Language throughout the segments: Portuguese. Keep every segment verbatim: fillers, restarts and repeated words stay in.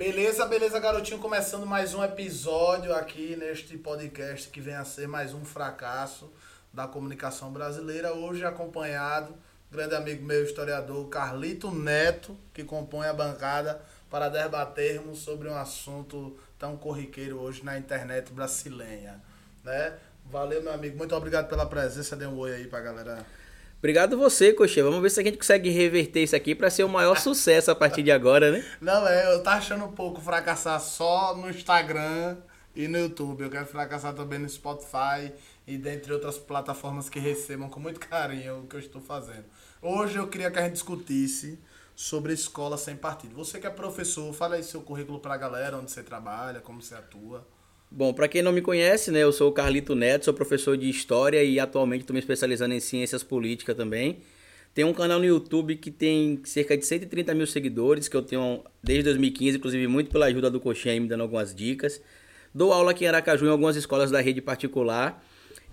Beleza, beleza, garotinho, começando mais um episódio aqui neste podcast que vem a ser mais um fracasso da comunicação brasileira. Hoje acompanhado do grande amigo meu, historiador Carlito Neto, que compõe a bancada para debatermos sobre um assunto tão corriqueiro hoje na internet brasileira, né? Valeu, meu amigo, muito obrigado pela presença, dê um oi aí pra galera. Obrigado você, Coxê. Vamos ver se a gente consegue reverter isso aqui para ser o maior sucesso a partir de agora, né? Não, é, eu tá achando um pouco fracassar só no Instagram e no YouTube. Eu quero fracassar também no Spotify e dentre outras plataformas que recebam com muito carinho o que eu estou fazendo. Hoje eu queria que a gente discutisse sobre escola sem partido. Você que é professor, fala aí seu currículo pra galera, onde você trabalha, como você atua. Bom, para quem não me conhece, né, eu sou o Carlito Neto, sou professor de História e atualmente estou me especializando em Ciências Políticas também. Tenho um canal no YouTube que tem cerca de cento e trinta mil seguidores, que eu tenho desde dois mil e quinze, inclusive muito pela ajuda do Coxinha, me dando algumas dicas. Dou aula aqui em Aracaju em algumas escolas da rede particular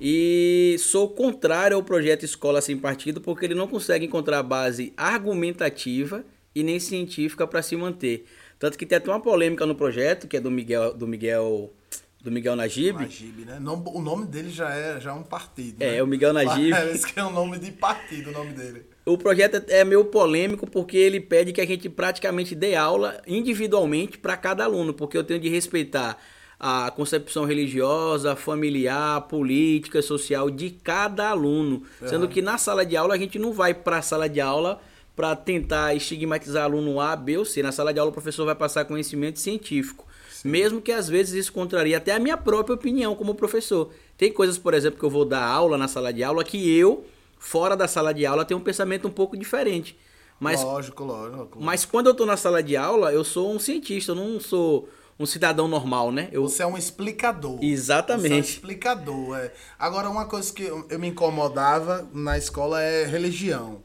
e sou contrário ao projeto Escola Sem Partido porque ele não consegue encontrar base argumentativa e nem científica para se manter. Tanto que tem até uma polêmica no projeto, que é do Miguel... Do Miguel Do Miguel Najib. Najib, né? O nome dele já é, já é um partido. É, né? o Miguel Najib. Parece que é um nome de partido o nome dele. O projeto é meio polêmico porque ele pede que a gente praticamente dê aula individualmente para cada aluno, porque eu tenho de respeitar a concepção religiosa, familiar, política, social de cada aluno. Uhum. Sendo que na sala de aula a gente não vai para a sala de aula para tentar estigmatizar aluno A, B ou C. Na sala de aula o professor vai passar conhecimento científico. Sim. Mesmo que às vezes isso contraria até a minha própria opinião como professor. Tem coisas, por exemplo, que eu vou dar aula na sala de aula que eu, fora da sala de aula, tenho um pensamento um pouco diferente. Mas, lógico, lógico. Mas quando eu estou na sala de aula, eu sou um cientista, eu não sou um cidadão normal, né? Eu... Você é um explicador. Exatamente. Você é um explicador. É. Agora, uma coisa que eu me incomodava na escola é religião.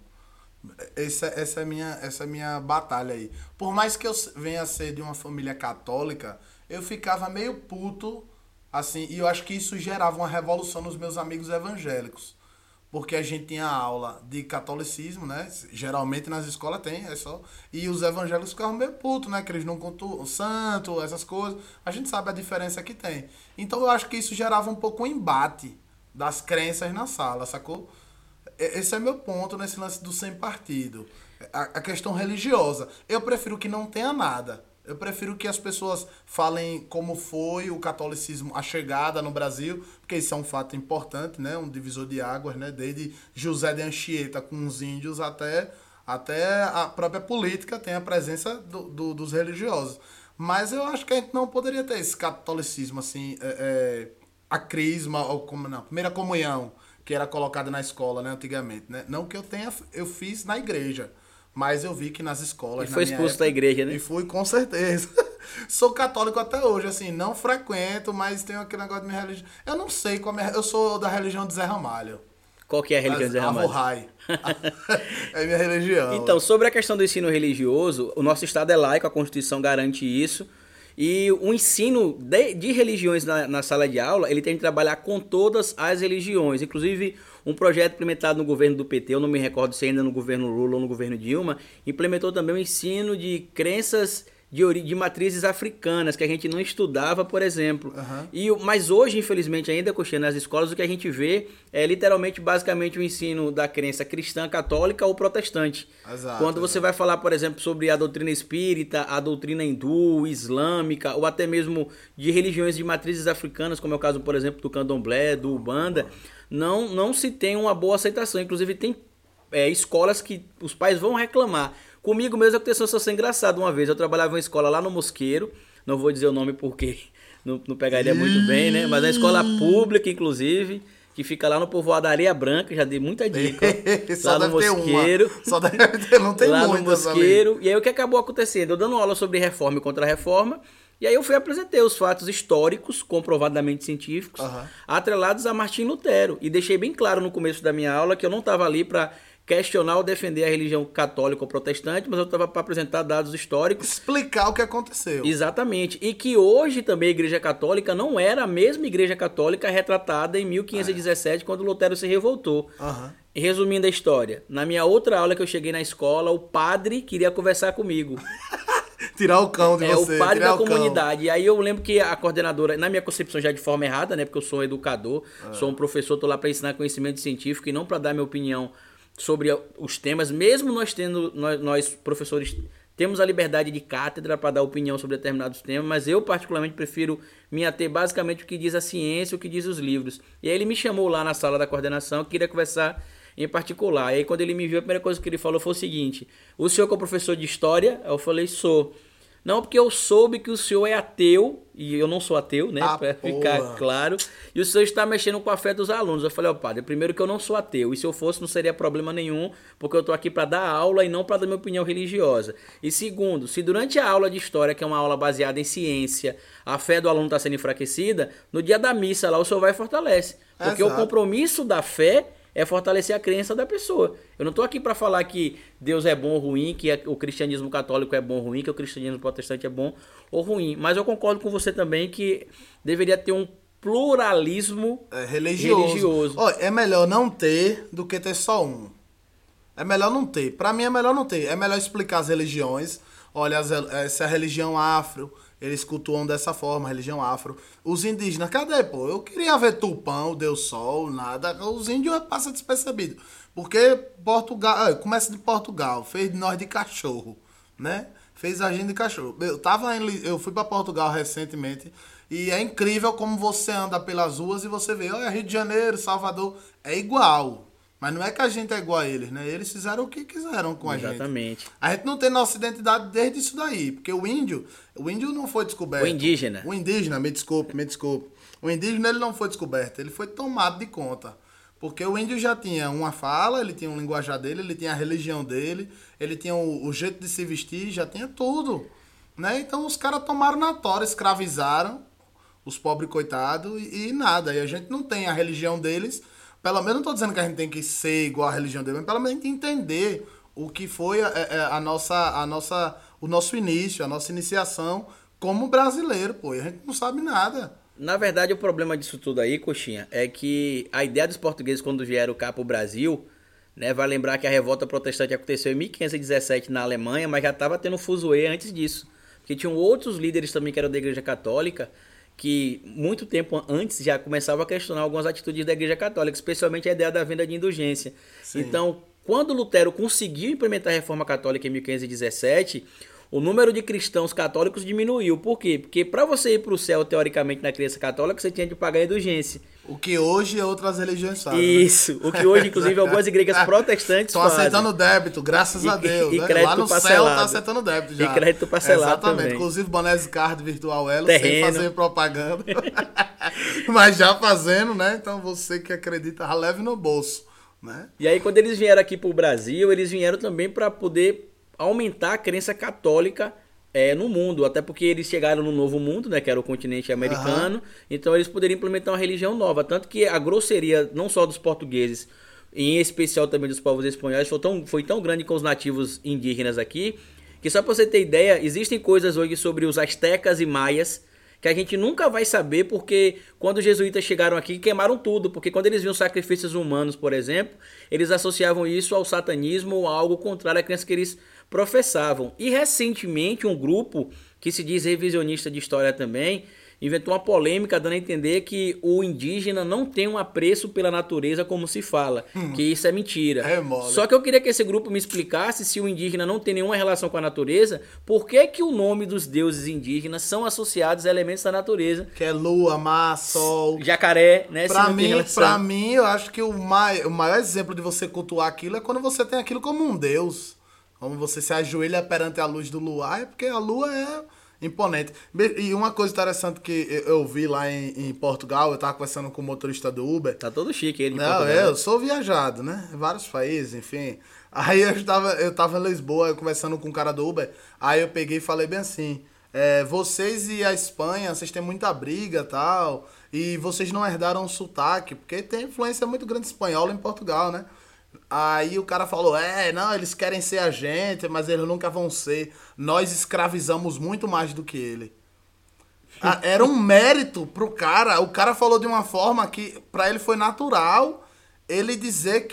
Essa, essa, é minha, essa é minha batalha aí. Por mais que eu venha a ser de uma família católica, eu ficava meio puto, assim, e eu acho que isso gerava uma revolução nos meus amigos evangélicos. Porque a gente tinha aula de catolicismo, né? Geralmente nas escolas tem, é só. E os evangélicos ficavam meio putos, né? Que eles não contam o santo, essas coisas. A gente sabe a diferença que tem. Então eu acho que isso gerava um pouco um embate das crenças na sala, sacou? Esse é meu ponto nesse lance do sem partido. A, a questão religiosa. Eu prefiro que não tenha nada. Eu prefiro que as pessoas falem como foi o catolicismo, a chegada no Brasil, porque isso é um fato importante, né? Um divisor de águas, né? Desde José de Anchieta com os índios até, até a própria política tem a presença do, do, dos religiosos. Mas eu acho que a gente não poderia ter esse catolicismo, assim, é, é, a crisma, ou como não, primeira comunhão, que era colocada na escola, né, antigamente, né? Não que eu tenha, eu fiz na igreja, mas eu vi que nas escolas... E foi expulso da igreja, né? E fui, com certeza. Sou católico até hoje, assim, não frequento, mas tenho aquele negócio de minha religião. Eu não sei qual é minha... Eu sou da religião de Zé Ramalho. Qual que é a religião de Zé Ramalho? Avô-Rai. É minha religião. Então, sobre a questão do ensino religioso, o nosso Estado é laico, a Constituição garante isso. E o ensino de, de religiões na, na sala de aula, ele tem que trabalhar com todas as religiões. Inclusive, um projeto implementado no governo do P T, eu não me recordo se ainda no governo Lula ou no governo Dilma, implementou também o ensino de crenças de, ori, de matrizes africanas, que a gente não estudava, por exemplo. Uhum. E, mas hoje, infelizmente, ainda, Coxinha, nas escolas, o que a gente vê é literalmente, basicamente, o ensino da crença cristã, católica ou protestante. Exato, Quando você exato. vai falar, por exemplo, sobre a doutrina espírita, a doutrina hindu, islâmica, ou até mesmo de religiões de matrizes africanas, como é o caso, por exemplo, do candomblé, do Ubanda, não, não se tem uma boa aceitação. Inclusive, tem é, escolas que os pais vão reclamar. Comigo mesmo aconteceu uma situação engraçada uma vez. Eu trabalhava em uma escola lá no Mosqueiro, não vou dizer o nome porque não, não pegaria muito bem, né? Mas é uma escola pública, inclusive, que fica lá no povoado Areia Branca, já dei muita dica. Lá no Mosqueiro. Só deve ter, não tem lá muitas no Mosqueiro. Ali. E aí o que acabou acontecendo? Eu dando aula sobre reforma e contra-reforma, e aí eu fui apresentei os fatos históricos, comprovadamente científicos, uhum. atrelados a Martim Lutero. E deixei bem claro no começo da minha aula que eu não estava ali para questionar ou defender a religião católica ou protestante, mas eu estava para apresentar dados históricos. Explicar o que aconteceu. Exatamente. E que hoje também a Igreja Católica não era a mesma Igreja Católica retratada em mil quinhentos e dezessete, é. quando Lutero se revoltou. Uhum. Resumindo a história, na minha outra aula que eu cheguei na escola, o padre queria conversar comigo. Tirar o cão de é você. o padre tirar da o cão. comunidade. E aí eu lembro que a coordenadora, na minha concepção já de forma errada, né? Porque eu sou um educador, é. sou um professor, tô lá para ensinar conhecimento científico e não para dar minha opinião sobre os temas, mesmo nós tendo, nós, nós professores temos a liberdade de cátedra para dar opinião sobre determinados temas, mas eu particularmente prefiro me ater basicamente o que diz a ciência, o que diz os livros. E aí ele me chamou lá na sala da coordenação, eu queria conversar em particular. E aí quando ele me viu, a primeira coisa que ele falou foi o seguinte: o senhor que é professor de história? Eu falei, sou. Não, porque eu soube que o senhor é ateu, e eu não sou ateu, né, ah, para ficar claro, e o senhor está mexendo com a fé dos alunos. Eu falei, ó, padre, primeiro que eu não sou ateu, e se eu fosse não seria problema nenhum, porque eu estou aqui para dar aula e não para dar minha opinião religiosa. E segundo, se durante a aula de história, que é uma aula baseada em ciência, a fé do aluno está sendo enfraquecida, no dia da missa lá o senhor vai e fortalece. Porque Exato. O compromisso da fé é fortalecer a crença da pessoa. Eu não estou aqui para falar que Deus é bom ou ruim, que o cristianismo católico é bom ou ruim, que o cristianismo protestante é bom ou ruim. Mas eu concordo com você também que deveria ter um pluralismo é, religioso. religioso. Olha, é melhor não ter do que ter só um. É melhor não ter. Para mim é melhor não ter. É melhor explicar as religiões. Olha, as, essa é a religião afro, eles cultuam dessa forma, a religião afro. Os indígenas, cadê, pô? Eu queria ver Tupã, o Deus Sol, nada. Os índios passam despercebido. Porque Portugal, começa de Portugal, fez nós de cachorro, né? Fez a gente de cachorro. Eu, tava em, eu fui para Portugal recentemente e é incrível como você anda pelas ruas e você vê, olha, Rio de Janeiro, Salvador, é igual. Mas não é que a gente é igual a eles, né? Eles fizeram o que quiseram com a gente. Exatamente. A gente não tem nossa identidade desde isso daí. Porque o índio, o índio não foi descoberto. O indígena. O indígena, me desculpe, me desculpe. O indígena, ele não foi descoberto, ele foi tomado de conta. Porque o índio já tinha uma fala, ele tinha um linguajar dele, ele tinha a religião dele, ele tinha o, o jeito de se vestir, já tinha tudo. Né? Então os caras tomaram na tora, escravizaram os pobres coitados e, e nada. E a gente não tem a religião deles. Pelo menos não estou dizendo que a gente tem que ser igual à religião dele, mas pelo menos a gente entender o que foi a, a, a nossa, a nossa, o nosso início, a nossa iniciação como brasileiro, pô. E a gente não sabe nada. Na verdade, o problema disso tudo aí, Coxinha, é que a ideia dos portugueses quando vieram cá para o Brasil, né, vai lembrar que a revolta protestante aconteceu em mil quinhentos e dezessete na Alemanha, mas já estava tendo fuzuê antes disso. Porque tinham outros líderes também que eram da Igreja Católica, que muito tempo antes já começava a questionar algumas atitudes da Igreja Católica, especialmente a ideia da venda de indulgência. Sim. Então, quando Lutero conseguiu implementar a Reforma Católica em mil quinhentos e dezessete, o número de cristãos católicos diminuiu. Por quê? Porque para você ir para o céu, teoricamente, na crença católica, você tinha de pagar a indulgência. O que hoje outras religiões fazem. Isso. Né? O que hoje, inclusive, algumas igrejas protestantes Estão fazem. aceitando débito, graças e, a Deus. E, né? e crédito Lá no parcelado. céu está aceitando débito já. E crédito parcelado Exatamente. também. Inclusive, Bonés Card Virtual Elo, Terreno. sem fazer propaganda. Mas já fazendo, né? Então, você que acredita, já leve no bolso. Né? E aí, quando eles vieram aqui para o Brasil, eles vieram também para poder aumentar a crença católica É, no mundo, até porque eles chegaram no novo mundo, né, que era o continente americano, uhum. Então eles poderiam implementar uma religião nova, tanto que a grosseria, não só dos portugueses, em especial também dos povos espanhóis, foi tão, foi tão grande com os nativos indígenas aqui, que só para você ter ideia, existem coisas hoje sobre os astecas e maias, que a gente nunca vai saber, porque quando os jesuítas chegaram aqui, queimaram tudo, porque quando eles viam sacrifícios humanos, por exemplo, eles associavam isso ao satanismo ou a algo contrário à crença que eles professavam. E recentemente um grupo que se diz revisionista de história também inventou uma polêmica dando a entender que o indígena não tem um apreço pela natureza como se fala, hum. que isso é mentira. É mole. Só que eu queria que esse grupo me explicasse, se o indígena não tem nenhuma relação com a natureza, por que que o nome dos deuses indígenas são associados a elementos da natureza? Que é lua, mar, sol, jacaré, né? Pra mim, pra mim, eu acho que o, mai, o maior exemplo de você cultuar aquilo é quando você tem aquilo como um deus. Como você se ajoelha perante a luz do luar, é porque a lua é imponente. E uma coisa interessante que eu vi lá em, em Portugal, eu tava conversando com o motorista do Uber. Tá todo chique ele em Não, Portugal. eu sou viajado, né? Vários países, enfim. Aí eu tava, eu tava em Lisboa, eu conversando com o cara do Uber, aí eu peguei e falei bem assim, é, vocês e a Espanha, vocês têm muita briga e tal, e vocês não herdaram o sotaque, porque tem influência muito grande espanhola em Portugal, né? Aí o cara falou, é, não, eles querem ser a gente, mas eles nunca vão ser. Nós escravizamos muito mais do que ele. Ah, era um mérito pro cara. O cara falou de uma forma que pra ele foi natural ele dizer que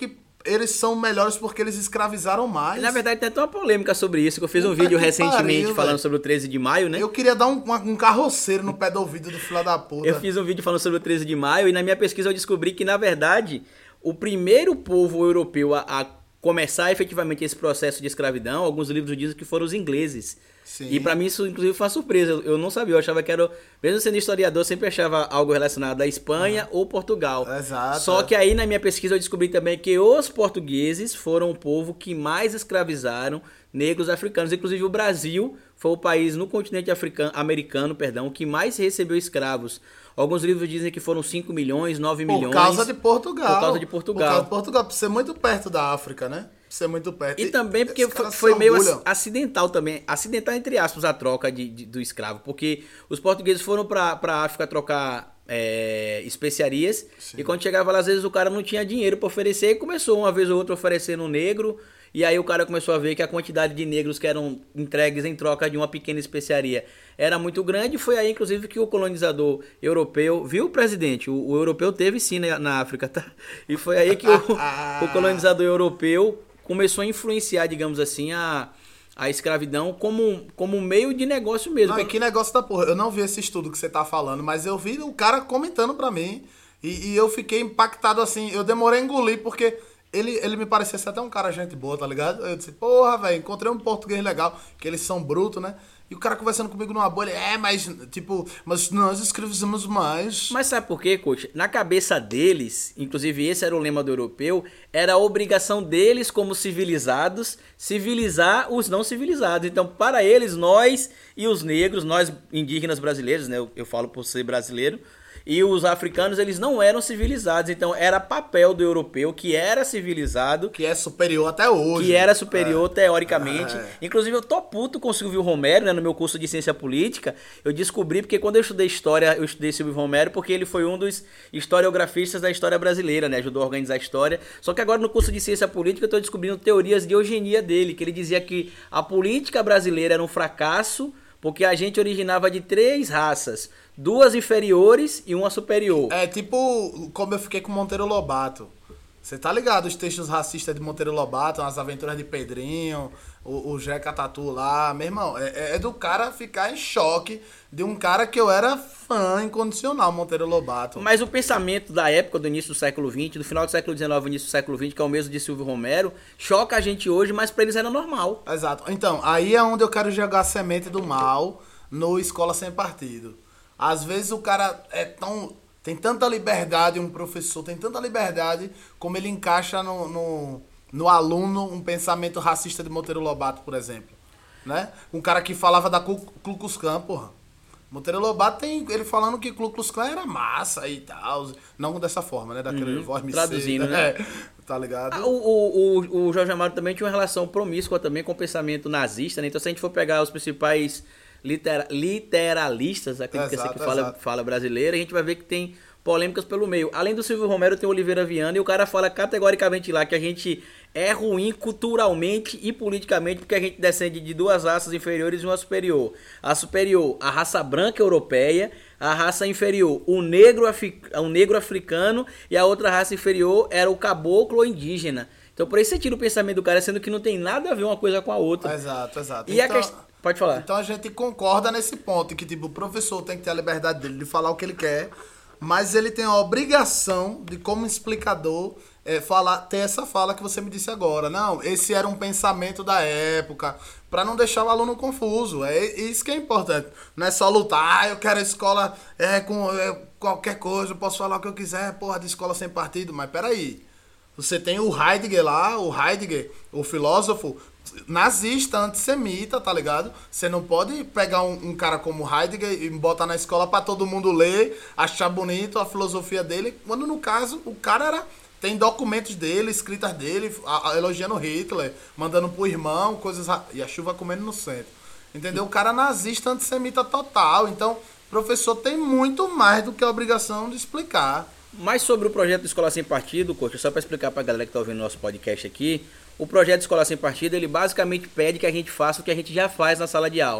eles são melhores porque eles escravizaram mais. Na verdade, tem até uma polêmica sobre isso, que eu fiz um Puta vídeo que recentemente pariu, falando velho. sobre o treze de maio, né? Eu queria dar um, uma- um carroceiro no pé do ouvido do filho da puta. Eu fiz um vídeo falando sobre o treze de maio e na minha pesquisa eu descobri que, na verdade, o primeiro povo europeu a, a começar efetivamente esse processo de escravidão, alguns livros dizem que foram os ingleses. Sim. E pra mim isso, inclusive, foi uma surpresa. Eu, eu não sabia, eu achava que era... Mesmo sendo historiador, eu sempre achava algo relacionado à Espanha ou Portugal. Exato. Só que aí, na minha pesquisa, eu descobri também que os portugueses foram o povo que mais escravizaram negros africanos. Inclusive, o Brasil foi o país no continente africano, americano, perdão, que mais recebeu escravos. Alguns livros dizem que foram cinco milhões, nove Por milhões. causa de Portugal. Por causa de Portugal. Por causa de Portugal, por ser muito perto da África, né? Por ser muito perto. E também porque os caras foi se meio orgulham. acidental também, acidental entre aspas, a troca de, de- do escravo, porque os portugueses foram pra, pra África trocar é, especiarias, e quando chegava lá, às vezes o cara não tinha dinheiro pra oferecer, e começou uma vez ou outra oferecendo um negro, e aí o cara começou a ver que a quantidade de negros que eram entregues em troca de uma pequena especiaria era muito grande, foi aí inclusive que o colonizador europeu, viu, presidente, o, o europeu teve sim na, na África, tá? E foi aí que o, o colonizador europeu começou a influenciar, digamos assim, a, a escravidão como, como meio de negócio mesmo. Não, e que negócio da porra. Eu não vi esse estudo que você tá falando, mas eu vi o cara comentando pra mim. E, e eu fiquei impactado assim. Eu demorei a engolir, porque ele, ele me parecia ser até um cara gente boa, tá ligado? Eu disse, porra, velho, encontrei um português legal, que eles são brutos, né? E o cara conversando comigo numa bolha, é, mas, tipo, mas nós escrevemos mais. Mas sabe por quê, coach? Na cabeça deles, inclusive esse era o lema do europeu, era a obrigação deles como civilizados civilizar os não civilizados. Então, para eles, nós e os negros, nós indígenas brasileiros, né? Eu, eu falo por ser brasileiro, e os africanos, eles não eram civilizados. Então, era papel do europeu, que era civilizado, Que é superior até hoje. que era superior teoricamente. É. Inclusive, eu tô puto com o Silvio Romero, né? No meu curso de ciência política, eu descobri, porque quando eu estudei história, eu estudei Silvio Romero, porque ele foi um dos historiografistas da história brasileira, né? Ajudou a organizar a história. Só que agora, no curso de ciência política, eu tô descobrindo teorias de eugenia dele, que ele dizia que a política brasileira era um fracasso, porque a gente originava de três raças, duas inferiores e uma superior. É tipo como eu fiquei com Monteiro Lobato. Você tá ligado? Os textos racistas de Monteiro Lobato, as aventuras de Pedrinho, o, o Jeca Tatu lá. Meu irmão, é, é do cara ficar em choque de um cara que eu era fã incondicional, Monteiro Lobato. Mas o pensamento da época, do início do século vinte, do final do século dezenove, início do século vinte, que é o mesmo de Silvio Romero, choca a gente hoje, mas pra eles era normal. Exato. Então, aí é onde eu quero jogar a semente do mal no Escola Sem Partido. Às vezes o cara é tão... Tem tanta liberdade, um professor tem tanta liberdade, como ele encaixa no, no, no aluno um pensamento racista de Monteiro Lobato, por exemplo. Né? Um cara que falava da Ku Ku Klux Klan, porra. Monteiro Lobato tem ele falando que Ku Klux Klan era massa e tal. Não dessa forma, né? Daquele Uhum, voz me traduzindo, né? É, tá ligado? Ah, o, o, o, o Jorge Amado também tinha uma relação promíscua também com o pensamento nazista, né? Então, se a gente for pegar os principais litera, literalistas, aquele que Exato, você fala, exato. fala brasileira, a gente vai ver que tem polêmicas pelo meio. Além do Silvio Romero, tem o Oliveira Viana, e o cara fala categoricamente lá que a gente é ruim culturalmente e politicamente porque a gente descende de duas raças inferiores e uma superior. A superior, a raça branca europeia, a raça inferior, o negro, afri- o negro africano, e a outra raça inferior era o caboclo ou indígena. Então por aí você tira o pensamento do cara, sendo que não tem nada a ver uma coisa com a outra. Exato, exato. E a questão... Pode falar. Então a gente concorda nesse ponto, que tipo, o professor tem que ter a liberdade dele de falar o que ele quer, mas ele tem a obrigação de, como explicador, é, falar, ter essa fala que você me disse agora. Não, esse era um pensamento da época, para não deixar o aluno confuso. É isso que é importante. Não é só lutar, ah, eu quero a escola é, com é, qualquer coisa, eu posso falar o que eu quiser, porra, de escola sem partido, mas peraí. Você tem o Heidegger lá, o Heidegger, o filósofo nazista, antissemita, tá ligado? Você não pode pegar um, um cara como Heidegger e botar na escola pra todo mundo ler, achar bonito a filosofia dele, quando no caso o cara era... Tem documentos dele, escritas dele, a, a, elogiando Hitler, mandando pro irmão, coisas... E a chuva comendo no centro. Entendeu? O cara é nazista, antissemita total. Então, o professor tem muito mais do que a obrigação de explicar. Mais sobre o projeto Escola Sem Partido, coach, só para explicar para a galera que está ouvindo nosso podcast aqui, o projeto Escola Sem Partido, ele basicamente pede que a gente faça o que a gente já faz na sala de aula.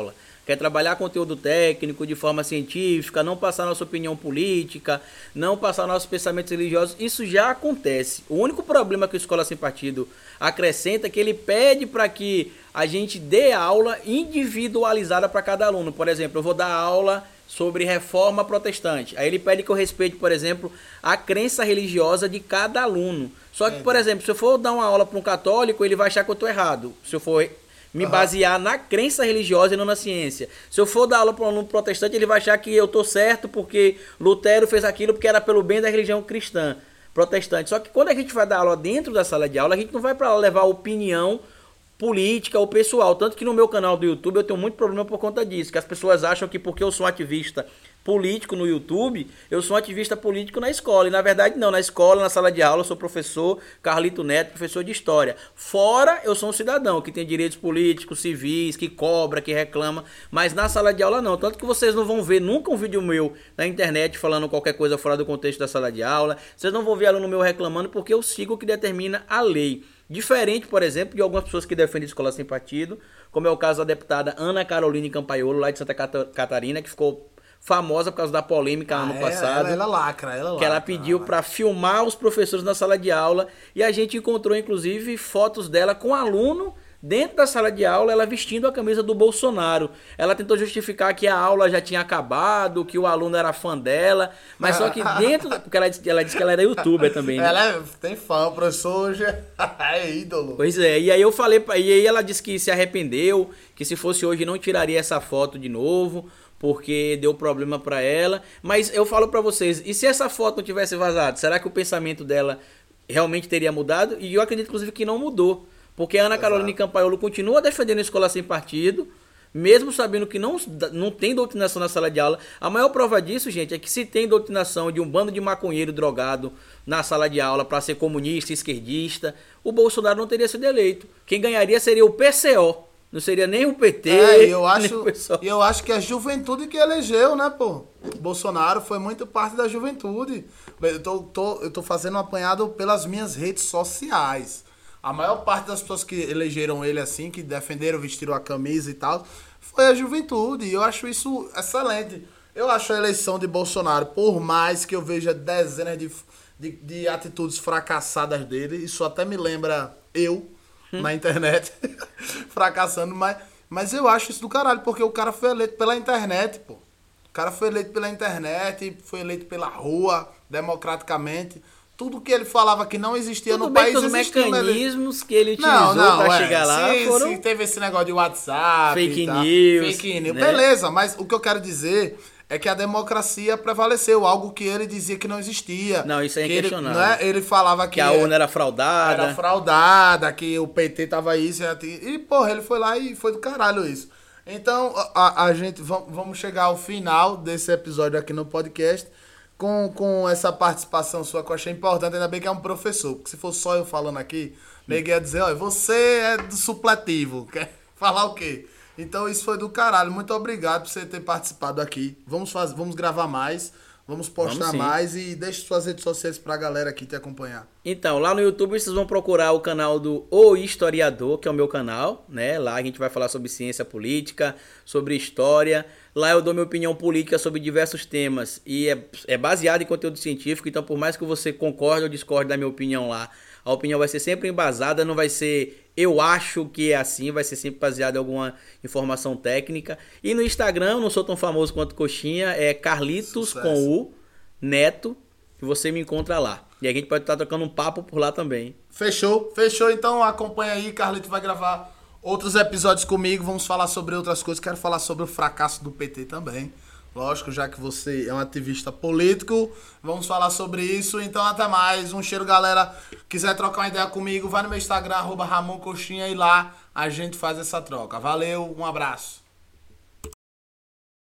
quer trabalhar conteúdo técnico de forma científica, não passar nossa opinião política, não passar nossos pensamentos religiosos, isso já acontece. O único problema que o Escola Sem Partido acrescenta é que ele pede para que a gente dê aula individualizada para cada aluno. Por exemplo, eu vou dar aula sobre reforma protestante. Aí ele pede que eu respeite, por exemplo, a crença religiosa de cada aluno. Só que, por exemplo, se eu for dar uma aula para um católico, ele vai achar que eu estou errado. Se eu for me basear na crença religiosa e não na ciência. Se eu for dar aula para um aluno protestante, ele vai achar que eu estou certo porque Lutero fez aquilo porque era pelo bem da religião cristã, protestante. Só que quando a gente vai dar aula dentro da sala de aula, a gente não vai para lá levar opinião política ou pessoal. Tanto que no meu canal do YouTube eu tenho muito problema por conta disso. Que as pessoas acham que porque eu sou um ativista político no YouTube, eu sou um ativista político na escola. E na verdade não. Na escola, na sala de aula, eu sou professor Carlito Neto, professor de História. Fora, eu sou um cidadão que tem direitos políticos, civis, que cobra, que reclama. Mas na sala de aula não. Tanto que vocês não vão ver nunca um vídeo meu na internet falando qualquer coisa fora do contexto da sala de aula. Vocês não vão ver aluno meu reclamando porque eu sigo o que determina a lei. Diferente, por exemplo, de algumas pessoas que defendem a Escola Sem Partido, como é o caso da deputada Ana Caroline Campaiolo, lá de Santa Catarina, que ficou famosa por causa da polêmica ah, ano é, passado. Ela, ela lacra, ela lacra. Que ela pediu para filmar os professores na sala de aula e a gente encontrou, inclusive, fotos dela com aluno dentro da sala de aula, ela vestindo a camisa do Bolsonaro. Ela tentou justificar que a aula já tinha acabado, que o aluno era fã dela, mas só que dentro... Porque ela, ela disse que ela era youtuber também, né? Ela é, tem fã, o professor hoje é ídolo. Pois é, e aí eu falei... E aí ela disse que se arrependeu, que se fosse hoje não tiraria essa foto de novo, porque deu problema pra ela. Mas eu falo pra vocês, e se essa foto não tivesse vazado, será que o pensamento dela realmente teria mudado? E eu acredito, inclusive, que não mudou. Porque a Ana Caroline Campaiolo continua defendendo a Escola Sem Partido, mesmo sabendo que não, não tem doutrinação na sala de aula. A maior prova disso, gente, é que se tem doutrinação de um bando de maconheiro drogado na sala de aula para ser comunista, esquerdista, o Bolsonaro não teria sido eleito. Quem ganharia seria o P C O, não seria nem o P T. É, eu acho, eu acho que é a juventude que elegeu, né, pô? Bolsonaro foi muito parte da juventude. Eu tô, tô, eu tô fazendo um apanhado pelas minhas redes sociais. A maior parte das pessoas que elegeram ele assim, que defenderam, vestiram a camisa e tal, foi a juventude. E eu acho isso excelente. Eu acho a eleição de Bolsonaro, por mais que eu veja dezenas de, de, de atitudes fracassadas dele, isso até me lembra eu, hum. na internet, fracassando, mas, mas eu acho isso do caralho, porque o cara foi eleito pela internet, pô. O cara foi eleito pela internet, foi eleito pela rua, democraticamente. Tudo que ele falava que não existia Tudo no bem país que os existia. mecanismos que ele utilizou para é. chegar lá sim, foram... Sim, teve esse negócio de WhatsApp fake e tal. news. Fake news. Né? Beleza, mas o que eu quero dizer é que a democracia prevaleceu, algo que ele dizia que não existia. Não, isso é inquestionável. Ele, né, ele falava que... Que a urna era fraudada. Era fraudada, que o P T tava isso e, porra, ele foi lá e foi do caralho isso. Então, a, a gente... Vamos chegar ao final desse episódio aqui no podcast... Com, com essa participação sua que eu achei importante, ainda bem que é um professor, porque se fosse só eu falando aqui, ninguém ia dizer, olha, você é do supletivo, quer falar o quê? Então isso foi do caralho, muito obrigado por você ter participado aqui, vamos, fazer, vamos gravar mais, vamos postar vamos mais e deixe suas redes sociais pra galera aqui te acompanhar. Então, lá no YouTube vocês vão procurar o canal do O Historiador, que é o meu canal, né? Lá a gente vai falar sobre ciência política, sobre história. Lá eu dou minha opinião política sobre diversos temas e é, é baseado em conteúdo científico, então por mais que você concorde ou discorde da minha opinião lá, a opinião vai ser sempre embasada, não vai ser eu acho que é assim, vai ser sempre baseado em alguma informação técnica. E no Instagram, eu não sou tão famoso quanto Coxinha, é Carlitos Sucesso. Com o Neto, que você me encontra lá. E a gente pode estar trocando um papo por lá também. Fechou, fechou, então acompanha aí, Carlito vai gravar outros episódios comigo, vamos falar sobre outras coisas. Quero falar sobre o fracasso do P T também. Lógico, já que você é um ativista político, vamos falar sobre isso. Então, até mais. Um cheiro, galera. Quiser trocar uma ideia comigo, vai no meu Instagram, arroba Ramon Coxinha, e lá a gente faz essa troca. Valeu, um abraço.